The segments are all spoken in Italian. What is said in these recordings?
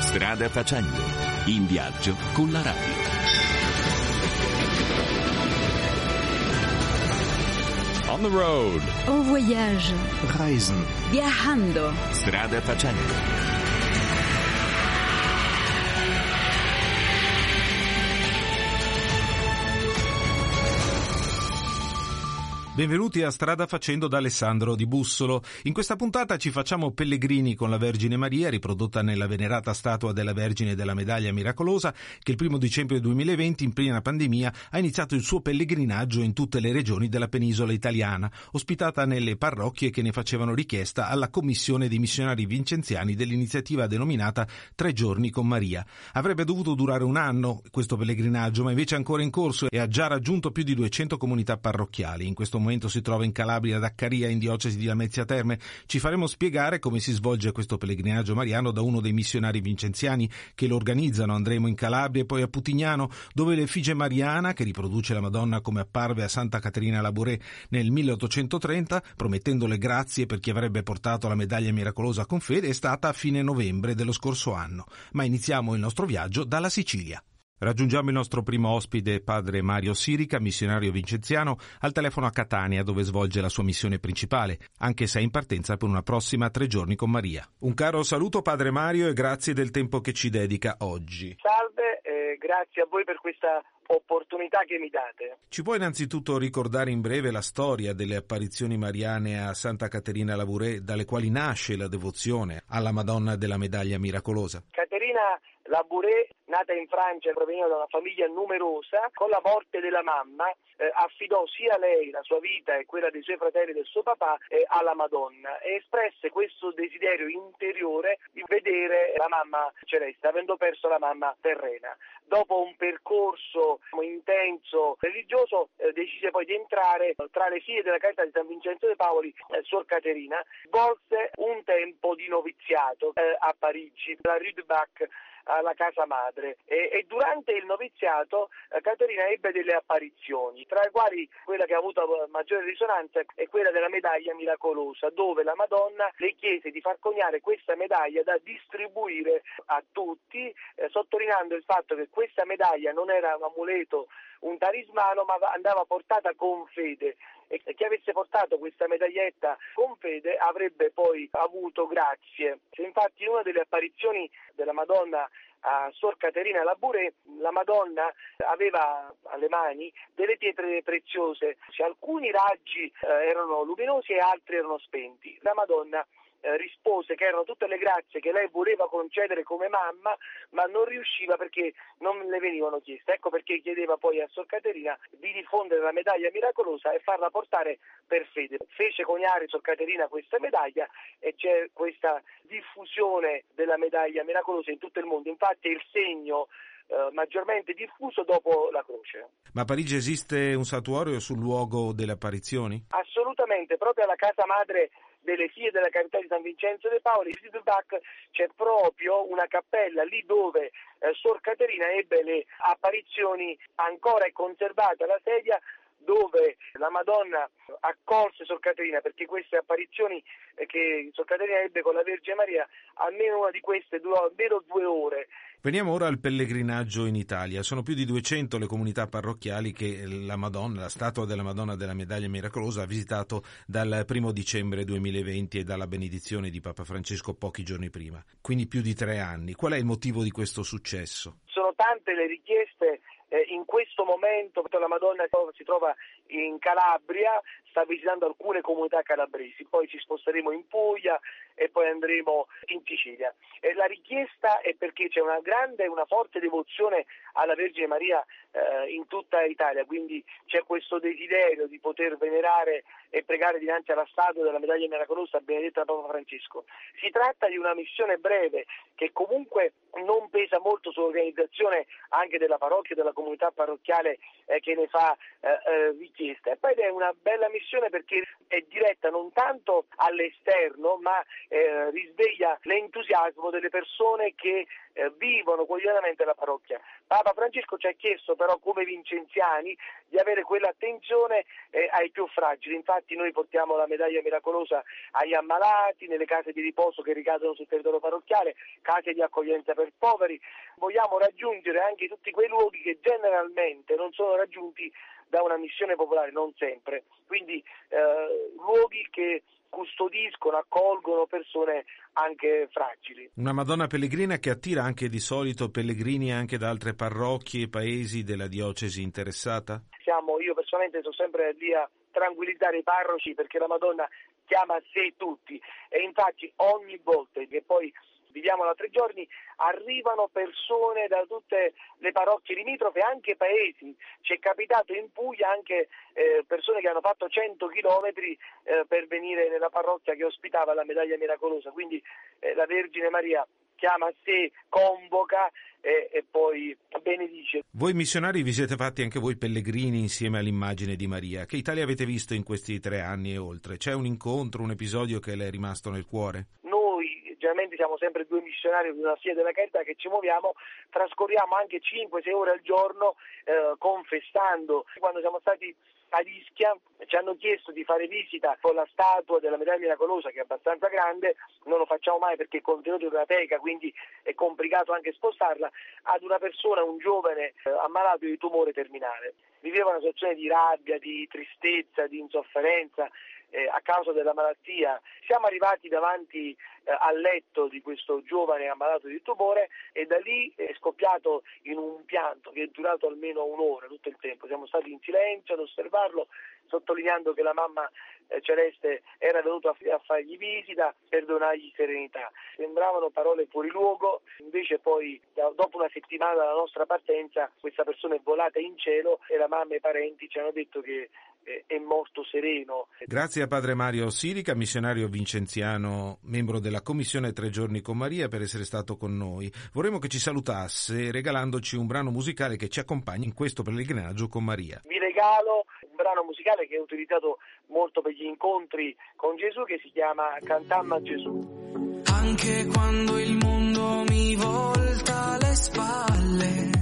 Strada facendo, in viaggio con la radio. On the road. En voyage. Reisen. Viajando. Strada facendo. Benvenuti a Strada Facendo da Alessandro Di Bussolo. In questa puntata ci facciamo pellegrini con la Vergine Maria, riprodotta nella venerata statua della Vergine della Medaglia Miracolosa, che il 1 dicembre 2020, in piena pandemia, ha iniziato il suo pellegrinaggio in tutte le regioni della penisola italiana, ospitata nelle parrocchie che ne facevano richiesta alla Commissione dei missionari vincenziani dell'iniziativa denominata 3 giorni con Maria. Avrebbe dovuto durare un anno questo pellegrinaggio, ma invece è ancora in corso e ha già raggiunto più di 200 comunità parrocchiali. In questo momento si trova in Calabria, ad Accaria, in diocesi di Lamezia Terme. Ci faremo spiegare come si svolge questo pellegrinaggio mariano da uno dei missionari vincenziani che lo organizzano. Andremo in Calabria e poi a Putignano, dove l'effigie mariana, che riproduce la Madonna come apparve a Santa Caterina Labouré nel 1830, promettendo le grazie per chi avrebbe portato la medaglia miracolosa con fede, è stata a fine novembre dello scorso anno. Ma iniziamo il nostro viaggio dalla Sicilia. Raggiungiamo il nostro primo ospite, padre Mario Sirica, missionario vincenziano, al telefono a Catania, dove svolge la sua missione principale, anche se è in partenza per una prossima 3 giorni con Maria. Un caro saluto, padre Mario, e grazie del tempo che ci dedica oggi. Salve, grazie a voi per questa opportunità che mi date. Ci puoi innanzitutto ricordare in breve la storia delle apparizioni mariane a Santa Caterina Labouré, dalle quali nasce la devozione alla Madonna della Medaglia Miracolosa? Caterina Labouré, nata in Francia, proveniva da una famiglia numerosa, con la morte della mamma affidò sia lei, la sua vita e quella dei suoi fratelli e del suo papà alla Madonna e espresse questo desiderio interiore di vedere la mamma celeste, avendo perso la mamma terrena. Dopo un percorso intenso religioso decise poi di entrare tra le file della carità di San Vincenzo de Paoli. Suor Caterina svolse un tempo di noviziato a Parigi, alla Rue du Bac, alla casa madre, e durante il noviziato Caterina ebbe delle apparizioni, tra le quali quella che ha avuto maggiore risonanza è quella della medaglia miracolosa, dove la Madonna le chiese di far coniare questa medaglia da distribuire a tutti, sottolineando il fatto che questa medaglia non era un amuleto, un talismano, ma andava portata con fede, e chi avesse portato questa medaglietta con fede avrebbe poi avuto grazie. Infatti, in una delle apparizioni della Madonna a Suor Caterina Labouré, la Madonna aveva alle mani delle pietre preziose, alcuni raggi erano luminosi e altri erano spenti. La Madonna rispose che erano tutte le grazie che lei voleva concedere come mamma, ma non riusciva perché non le venivano chieste. Ecco perché chiedeva poi a Suor Caterina di diffondere la medaglia miracolosa e farla portare per fede. Fece coniare Suor Caterina questa medaglia e c'è questa diffusione della medaglia miracolosa in tutto il mondo. Infatti è il segno maggiormente diffuso dopo la croce. Ma a Parigi esiste un santuario sul luogo delle apparizioni? Assolutamente, proprio alla casa madre delle figlie della carità di San Vincenzo de Paoli, Rue du Bac, c'è proprio una cappella lì dove Suor Caterina ebbe le apparizioni. Ancora è conservata la sedia dove la Madonna accolse Suor Caterina, perché queste apparizioni che Suor Caterina ebbe con la Vergine Maria, almeno una di queste durò almeno 2 ore. Veniamo ora al pellegrinaggio in Italia. Sono più di 200 le comunità parrocchiali che la Madonna, la statua della Madonna della Medaglia Miracolosa, ha visitato dal 1 dicembre 2020 e dalla benedizione di Papa Francesco pochi giorni prima, quindi più di 3 anni. Qual è il motivo di questo successo? Sono tante le richieste. In questo momento la Madonna si trova in Calabria, sta visitando alcune comunità calabresi, poi ci sposteremo in Puglia e poi andremo in Sicilia. La richiesta è perché c'è una grande e una forte devozione alla Vergine Maria in tutta Italia, quindi c'è questo desiderio di poter venerare e pregare dinanzi alla statua della medaglia miracolosa benedetta da Papa Francesco. Si tratta di una missione breve che comunque non pesa molto sull'organizzazione anche della parrocchia e della comunità parrocchiale che ne fa richiesta, e poi è una bella missione trasmissione perché è diretta non tanto all'esterno, ma risveglia l'entusiasmo delle persone che vivono quotidianamente la parrocchia. Papa Francesco ci ha chiesto però, come vincenziani, di avere quell'attenzione ai più fragili. Infatti noi portiamo la medaglia miracolosa agli ammalati, nelle case di riposo che ricadono sul territorio parrocchiale, case di accoglienza per poveri. Vogliamo raggiungere anche tutti quei luoghi che generalmente non sono raggiunti da una missione popolare, non sempre. Quindi luoghi che custodiscono, accolgono persone anche fragili. Una Madonna pellegrina che attira anche di solito pellegrini anche da altre parrocchie e paesi della diocesi interessata? Io personalmente sono sempre lì a tranquillizzare i parroci, perché la Madonna chiama a sé tutti, e infatti ogni volta che poi viviamo da 3 giorni arrivano persone da tutte le parrocchie limitrofe, anche paesi. Ci è capitato in Puglia anche persone che hanno fatto 100 chilometri per venire nella parrocchia che ospitava la medaglia miracolosa. Quindi la Vergine Maria chiama a sé, convoca e poi benedice. Voi missionari vi siete fatti anche voi pellegrini insieme all'immagine di Maria. Che Italia avete visto in questi 3 anni e oltre? C'è un incontro, un episodio che le è rimasto nel cuore? Generalmente siamo sempre 2 missionari di una Via della Carità che ci muoviamo, trascorriamo anche 5-6 ore al giorno confessando. Quando siamo stati ad Ischia ci hanno chiesto di fare visita con la statua della medaglia miracolosa, che è abbastanza grande, non lo facciamo mai perché è contenuto in una teca, quindi è complicato anche spostarla, ad una persona, un giovane ammalato di tumore terminale. Viveva una situazione di rabbia, di tristezza, di insofferenza a causa della malattia. Siamo arrivati davanti al letto di questo giovane ammalato di tumore e da lì è scoppiato in un pianto che è durato almeno un'ora, tutto il tempo. Siamo stati in silenzio ad osservarlo, sottolineando che la mamma celeste era venuta a fargli visita per donargli serenità. Sembravano parole fuori luogo, invece poi dopo una settimana dalla nostra partenza questa persona è volata in cielo e la mamma e i parenti ci hanno detto che è morto sereno. Grazie a Padre Mario Sirica, missionario vincenziano, membro della Commissione 3 giorni con Maria, per essere stato con noi. Vorremmo che ci salutasse regalandoci un brano musicale che ci accompagni in questo pellegrinaggio con Maria. Vi regalo un brano musicale che è utilizzato molto per gli incontri con Gesù, che si chiama Cantammo a Gesù. Anche quando il mondo mi volta le spalle,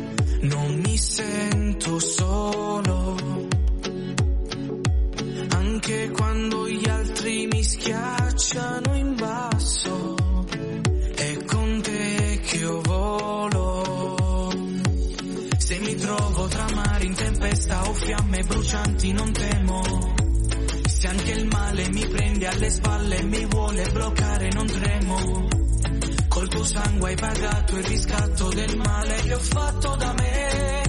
non mi sento solo. Anche quando gli altri mi schiacciano in basso, è con te che io volo. Se mi trovo tra mari in tempesta o fiamme brucianti non temo. Se anche il male mi prende alle spalle e mi vuole bloccare non tremo. Col tuo sangue hai pagato il riscatto del male che ho fatto da me.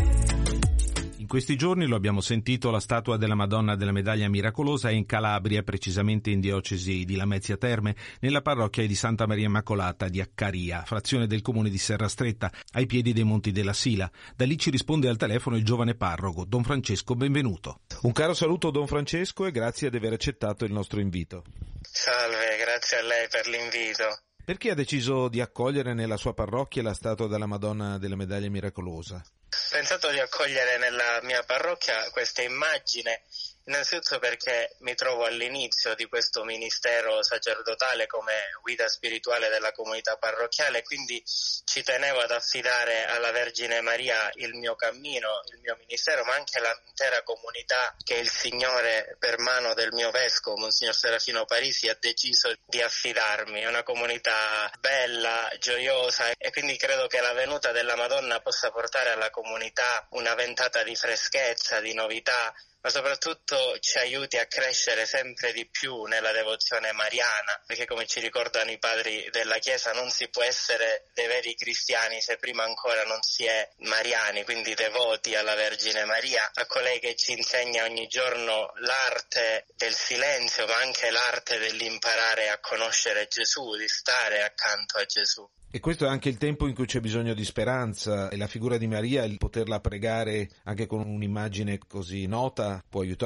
In questi giorni, lo abbiamo sentito, la statua della Madonna della Medaglia Miracolosa è in Calabria, precisamente in diocesi di Lamezia Terme, nella parrocchia di Santa Maria Immacolata di Accaria, frazione del comune di Serra Stretta, ai piedi dei Monti della Sila. Da lì ci risponde al telefono il giovane parroco, Don Francesco, benvenuto. Un caro saluto Don Francesco e grazie di aver accettato il nostro invito. Salve, grazie a lei per l'invito. Perché ha deciso di accogliere nella sua parrocchia la statua della Madonna della Medaglia Miracolosa? Ho pensato di accogliere nella mia parrocchia questa immagine innanzitutto perché mi trovo all'inizio di questo ministero sacerdotale come guida spirituale della comunità parrocchiale, quindi ci tenevo ad affidare alla Vergine Maria il mio cammino, il mio ministero, ma anche l'intera comunità che il Signore, per mano del mio vescovo, Monsignor Serafino Parisi, ha deciso di affidarmi. È una comunità bella, gioiosa, e quindi credo che la venuta della Madonna possa portare alla comunità una ventata di freschezza, di novità, ma soprattutto ci aiuti a crescere sempre di più nella devozione mariana, perché come ci ricordano i padri della Chiesa non si può essere dei veri cristiani se prima ancora non si è mariani, quindi devoti alla Vergine Maria, a colei che ci insegna ogni giorno l'arte del silenzio, ma anche l'arte dell'imparare a conoscere Gesù, di stare accanto a Gesù. E questo è anche il tempo in cui c'è bisogno di speranza, e la figura di Maria, il poterla pregare anche con un'immagine così nota, può aiutare.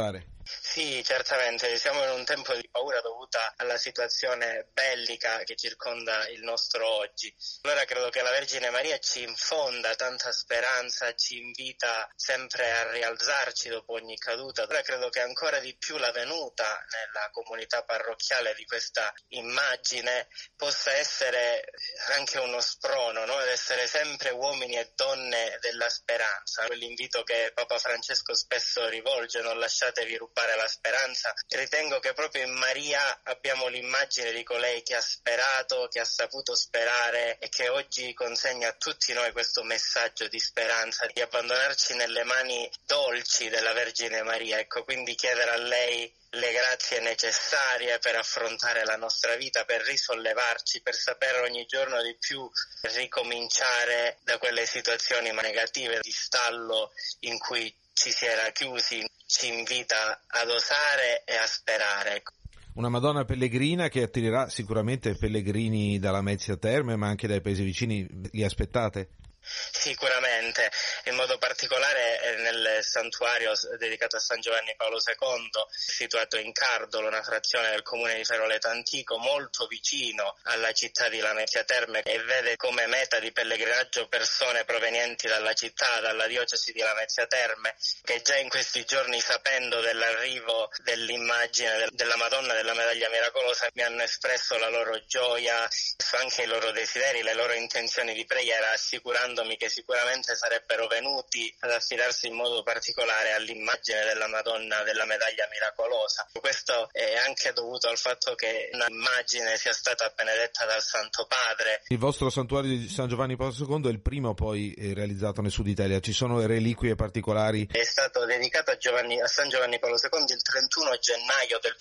Sì, certamente, siamo in un tempo di paura dovuta alla situazione bellica che circonda il nostro oggi. Allora credo che la Vergine Maria ci infonda tanta speranza, ci invita sempre a rialzarci dopo ogni caduta. Allora credo che ancora di più la venuta nella comunità parrocchiale di questa immagine possa essere anche uno sprono, no? Ad essere sempre uomini e donne della speranza. Quell'invito che Papa Francesco spesso rivolge, non lasciatevi rubare la speranza. Ritengo che proprio in Maria abbiamo l'immagine di colei che ha sperato, che ha saputo sperare e che oggi consegna a tutti noi questo messaggio di speranza, di abbandonarci nelle mani dolci della Vergine Maria. Ecco, quindi chiedere a lei le grazie necessarie per affrontare la nostra vita, per risollevarci, per sapere ogni giorno di più ricominciare da quelle situazioni negative di stallo in cui ci si era chiusi. Ci invita ad osare e a sperare. Una Madonna pellegrina che attirerà sicuramente pellegrini dalla Mezzia Terme, ma anche dai paesi vicini. Li aspettate? Sicuramente, in modo particolare nel santuario dedicato a San Giovanni Paolo II, situato in Cardolo, una frazione del comune di Feroleto Antico, molto vicino alla città di Lamezia Terme, e vede come meta di pellegrinaggio persone provenienti dalla città, dalla diocesi di Lamezia Terme, che già in questi giorni, sapendo dell'arrivo dell'immagine della Madonna della Medaglia Miracolosa, mi hanno espresso la loro gioia, anche i loro desideri, le loro intenzioni di preghiera, assicurando che sicuramente sarebbero venuti ad affidarsi in modo particolare all'immagine della Madonna della Medaglia Miracolosa. Questo è anche dovuto al fatto che un'immagine sia stata benedetta dal Santo Padre. Il vostro santuario di San Giovanni Paolo II è il primo poi realizzato nel Sud Italia. Ci sono reliquie particolari? È stato dedicato a San Giovanni Paolo II il 31 gennaio del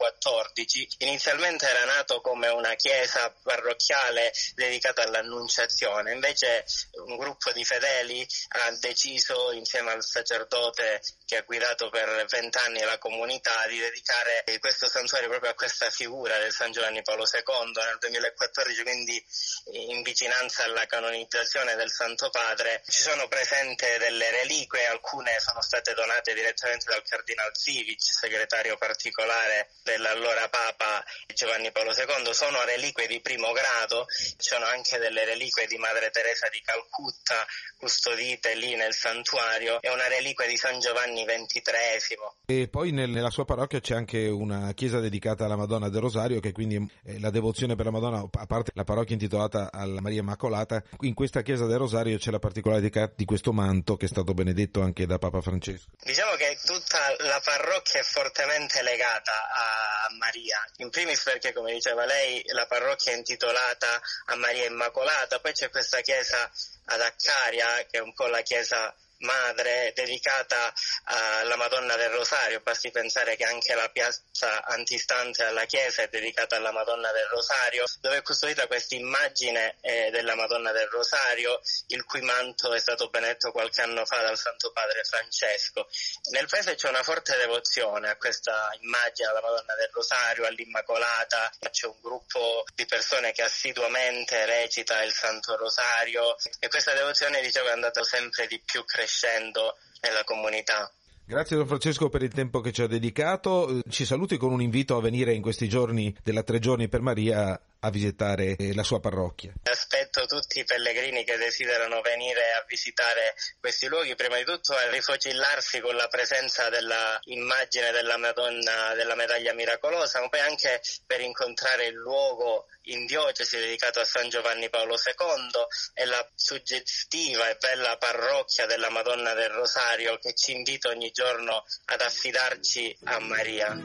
2014. Inizialmente era nato come una chiesa parrocchiale dedicata all'Annunciazione, invece un gruppo di fedeli ha deciso, insieme al sacerdote che ha guidato per 20 anni la comunità, di dedicare questo santuario proprio a questa figura del San Giovanni Paolo II nel 2014, quindi in vicinanza alla canonizzazione del Santo Padre. Ci sono presenti delle reliquie, alcune sono state donate direttamente dal Cardinal Zivic, segretario particolare dell'allora Papa Giovanni Paolo II, sono reliquie di primo grado. Ci sono anche delle reliquie di Madre Teresa di Calcutta custodite lì nel santuario, è una reliquia di San Giovanni XXIII. E poi nella sua parrocchia c'è anche una chiesa dedicata alla Madonna del Rosario, che quindi la devozione per la Madonna, a parte la parrocchia intitolata alla Maria Immacolata, in questa chiesa del Rosario c'è la particolarità di questo manto che è stato benedetto anche da Papa Francesco. Diciamo che tutta la parrocchia è fortemente legata a Maria, in primis perché, come diceva lei, la parrocchia è intitolata a Maria Immacolata, poi c'è questa chiesa ad Accaria, che è un po' la chiesa madre dedicata alla Madonna del Rosario. Basti pensare che anche la piazza antistante alla chiesa è dedicata alla Madonna del Rosario, dove è custodita questa immagine della Madonna del Rosario, il cui manto è stato benedetto qualche anno fa dal Santo Padre Francesco. Nel paese c'è una forte devozione a questa immagine, alla Madonna del Rosario, all'Immacolata. C'è un gruppo di persone che assiduamente recita il Santo Rosario, e questa devozione, dicevo, è andata sempre di più crescendo nella comunità. Grazie Don Francesco per il tempo che ci ha dedicato. Ci saluti con un invito a venire in questi giorni della 3 giorni per Maria a visitare la sua parrocchia. Aspetto tutti i pellegrini che desiderano venire a visitare questi luoghi, prima di tutto a rifocillarsi con la presenza della immagine della Madonna della Medaglia Miracolosa, ma poi anche per incontrare il luogo in diocesi dedicato a San Giovanni Paolo II e la suggestiva e bella parrocchia della Madonna del Rosario, che ci invita ogni giorno ad affidarci a Maria.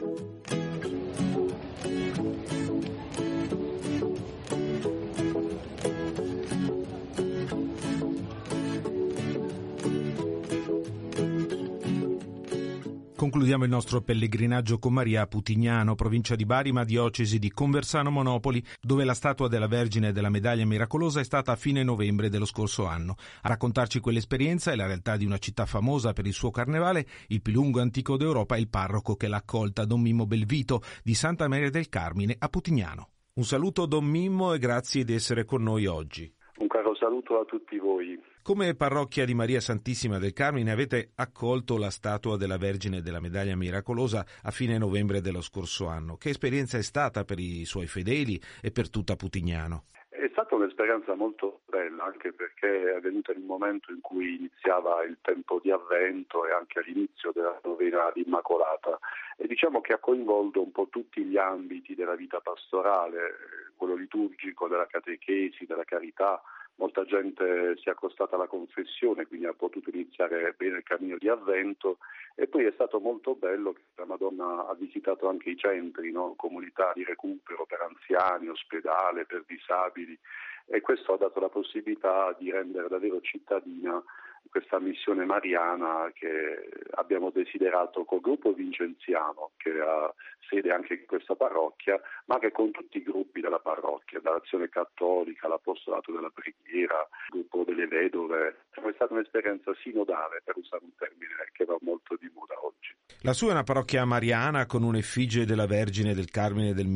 Concludiamo il nostro pellegrinaggio con Maria a Putignano, provincia di Bari, ma diocesi di Conversano Monopoli, dove la statua della Vergine della Medaglia Miracolosa è stata a fine novembre dello scorso anno. A raccontarci quell'esperienza e la realtà di una città famosa per il suo carnevale, il più lungo antico d'Europa, è il parroco che l'ha accolta, Don Mimmo Belvito, di Santa Maria del Carmine a Putignano. Un saluto Don Mimmo e grazie di essere con noi oggi. Un caro Ecco, saluto a tutti voi. Come parrocchia di Maria Santissima del Carmine avete accolto la statua della Vergine della Medaglia Miracolosa a fine novembre dello scorso anno. Che esperienza è stata per i suoi fedeli e per tutta Putignano? È stata un'esperienza molto bella, anche perché è avvenuta in un momento in cui iniziava il tempo di Avvento e anche all'inizio della novena d'Immacolata, e diciamo che ha coinvolto un po' tutti gli ambiti della vita pastorale, quello liturgico, della catechesi, della carità. Molta gente si è accostata alla confessione, quindi ha potuto iniziare bene il cammino di Avvento, e poi è stato molto bello che la Madonna ha visitato anche i centri, no? Comunità di recupero per anziani, ospedale, per disabili, e questo ha dato la possibilità di rendere davvero cittadina questa missione mariana che abbiamo desiderato col gruppo vincenziano, che ha sede anche in questa parrocchia, ma anche con tutti i gruppi della parrocchia, dall'Azione Cattolica, l'Apostolato della Preghiera, il gruppo delle vedove. È stata un'esperienza sinodale, per usare un termine che va molto di moda oggi. La sua è una parrocchia mariana con un'effigie della Vergine del Carmine del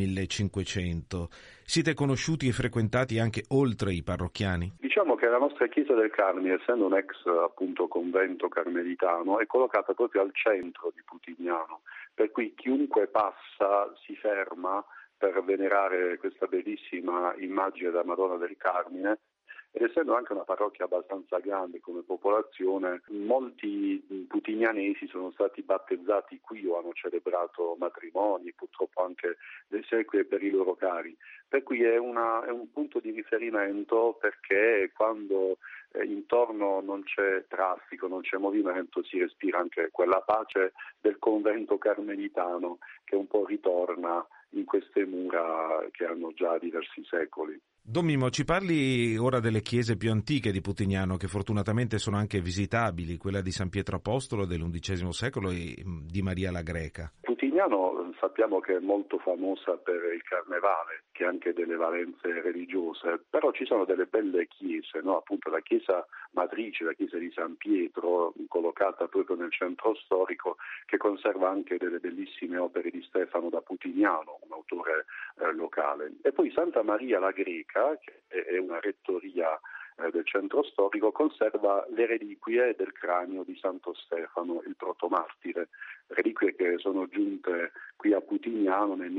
1500. Siete conosciuti e frequentati anche oltre i parrocchiani? Diciamo che la nostra chiesa del Carmine, essendo un ex appunto convento carmelitano, è collocata proprio al centro di Putignano, per cui chiunque passa si ferma per venerare questa bellissima immagine della Madonna del Carmine. Ed essendo anche una parrocchia abbastanza grande come popolazione, molti putignanesi sono stati battezzati qui o hanno celebrato matrimoni, purtroppo anche le esequie per i loro cari. Per cui è un punto di riferimento, perché quando intorno non c'è traffico, non c'è movimento, si respira anche quella pace del convento carmelitano che un po' ritorna in queste mura che hanno già diversi secoli. Don Mimmo, ci parli ora delle chiese più antiche di Putignano, che fortunatamente sono anche visitabili, quella di San Pietro Apostolo dell'XI secolo e di Maria la Greca. Putignano sappiamo che è molto famosa per il carnevale, che ha anche delle valenze religiose, però ci sono delle belle chiese, no? Appunto la chiesa matrice, la chiesa di San Pietro, collocata proprio nel centro storico, che conserva anche delle bellissime opere di Stefano da Putignano, un autore locale. E poi Santa Maria la Greca, che è una rettoria del centro storico, conserva le reliquie del cranio di Santo Stefano, il protomartire, reliquie che sono giunte qui a Putignano nel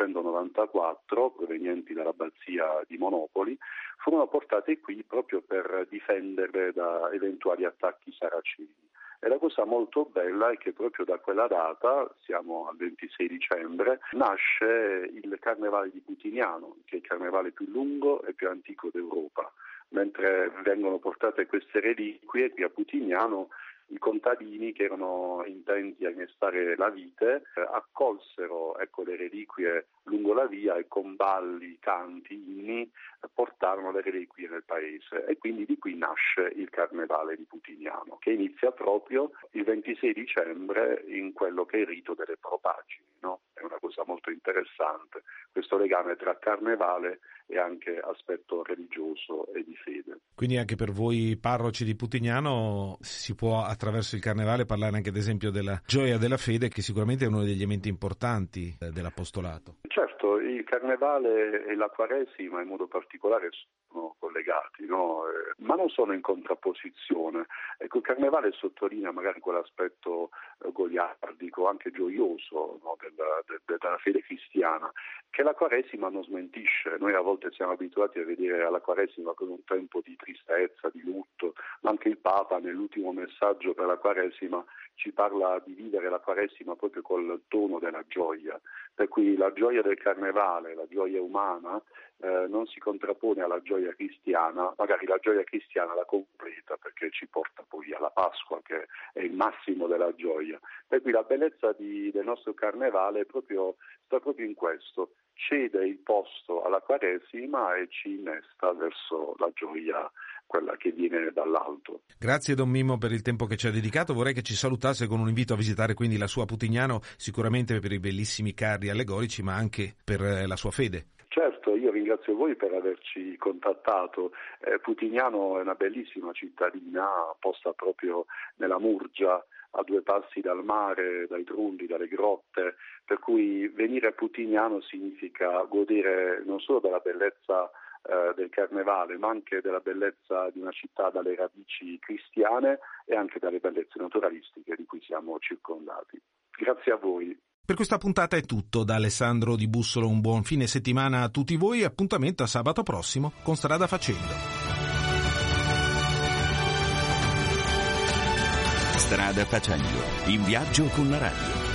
1394, provenienti dall'abbazia di Monopoli, furono portate qui proprio per difenderle da eventuali attacchi saraceni. E la cosa molto bella è che proprio da quella data, siamo al 26 dicembre, nasce il Carnevale di Putignano, che è il carnevale più lungo e più antico d'Europa. Mentre vengono portate queste reliquie qui a Putignano, i contadini che erano intenti a innestare la vite accolsero le reliquie lungo la via e con balli, canti, inni portarono le reliquie nel paese, e quindi di qui nasce il Carnevale di Putignano, che inizia proprio il 26 dicembre in quello che è il rito delle propagini, no? È una cosa molto interessante questo legame tra carnevale e anche aspetto religioso e di fede. Quindi anche per voi parroci di Putignano si può attraverso il Carnevale parlare anche ad esempio della gioia della fede, che sicuramente è uno degli elementi importanti dell'apostolato. Certo, il Carnevale e la Quaresima in modo particolare sono collegati, no? Ma non sono in contrapposizione. Ecco, il Carnevale sottolinea magari quell'aspetto goliardico, anche gioioso, no? della fede cristiana, che la Quaresima non smentisce. Noi a volte siamo abituati a vedere alla Quaresima come un tempo di tristezza, di lutto, ma anche il Papa nell'ultimo messaggio per la Quaresima ci parla di vivere la Quaresima proprio col tono della gioia, per cui la gioia del Carnevale, la gioia umana, non si contrappone alla gioia cristiana, magari la gioia cristiana la completa perché ci porta poi alla Pasqua, che è il massimo della gioia. Per cui la bellezza del nostro Carnevale sta proprio in questo: cede il posto alla Quaresima e ci innesta verso la gioia, quella che viene dall'alto. Grazie Don Mimmo per il tempo che ci ha dedicato. Vorrei che ci salutasse con un invito a visitare quindi la sua Putignano, sicuramente per i bellissimi carri allegorici, ma anche per la sua fede. Certo, io ringrazio voi per averci contattato. Putignano è una bellissima cittadina posta proprio nella Murgia, a 2 passi dal mare, dai trulli, dalle grotte, per cui venire a Putignano significa godere non solo della bellezza del carnevale, ma anche della bellezza di una città dalle radici cristiane e anche dalle bellezze naturalistiche di cui siamo circondati. Grazie a voi. Per questa puntata è tutto. Da Alessandro Di Bussolo un buon fine settimana a tutti voi e appuntamento a sabato prossimo con Strada Facendo. Strada Facendo, in viaggio con la radio.